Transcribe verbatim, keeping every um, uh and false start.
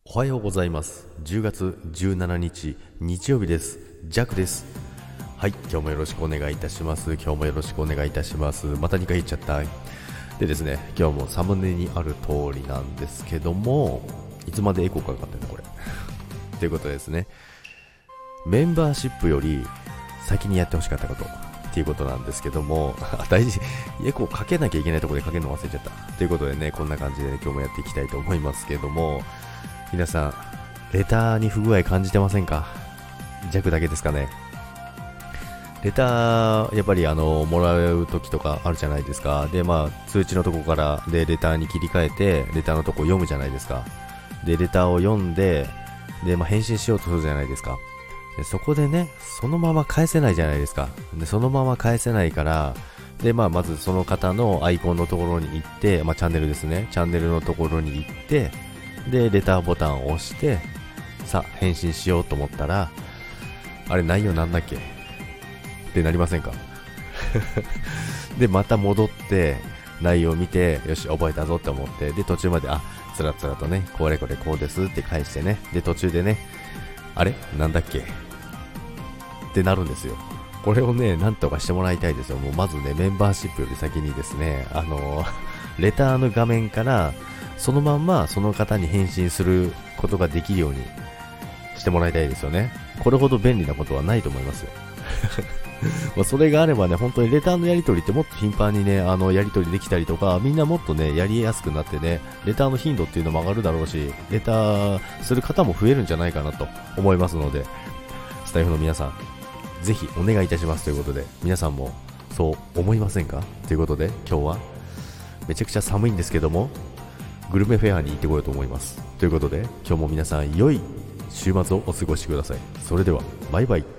おはようございます。じゅうがつじゅうしちにち日曜日です。ジャックです。はい、今日もよろしくお願いいたします。今日もよろしくお願いいたします。またにかい言っちゃった。でですね、今日もサムネにある通りなんですけども、いつまでエコーかかってんのこれということでですね、メンバーシップより先にやってほしかったことっていうことなんですけども大事、エコーかけなきゃいけないところでかけるの忘れちゃったということでね、こんな感じで、ね、今日もやっていきたいと思いますけども、皆さんレターに不具合感じてませんか？弱だけですかね。レターやっぱりあのもらう時とかあるじゃないですか。でまあ通知のとこからでレターに切り替えてレターのとこ読むじゃないですか。でレターを読んでで、まあ、返信しようとするじゃないですか。でそこでね、そのまま返せないじゃないですか。でそのまま返せないからで、まあ、まずその方のアイコンのところに行って、まあ、チャンネルですね、チャンネルのところに行ってでレターボタンを押してさあ返信しようと思ったら、あれ内容なんだっけってなりませんか？でまた戻って内容を見て、よし覚えたぞって思って、で途中まであつらつらとね、これこれこうですって返してね、で途中でね、あれなんだっけってなるんですよ。これをねなんとかしてもらいたいですよ。もうまずね、メンバーシップより先にですね、あのー、レターの画面からそのまんまその方に返信することができるようにしてもらいたいですよね。これほど便利なことはないと思いますよ。まあそれがあればね、本当にレターのやり取りってもっと頻繁にね、あのやり取りできたりとか、みんなもっとねやりやすくなってね、レターの頻度っていうのも上がるだろうし、レターする方も増えるんじゃないかなと思いますので、スタイフの皆さんぜひお願いいたしますということで、皆さんもそう思いませんかということで、今日はめちゃくちゃ寒いんですけどもグルメフェアに行ってこようと思いますということで、今日も皆さん良い週末をお過ごしください。それではバイバイ。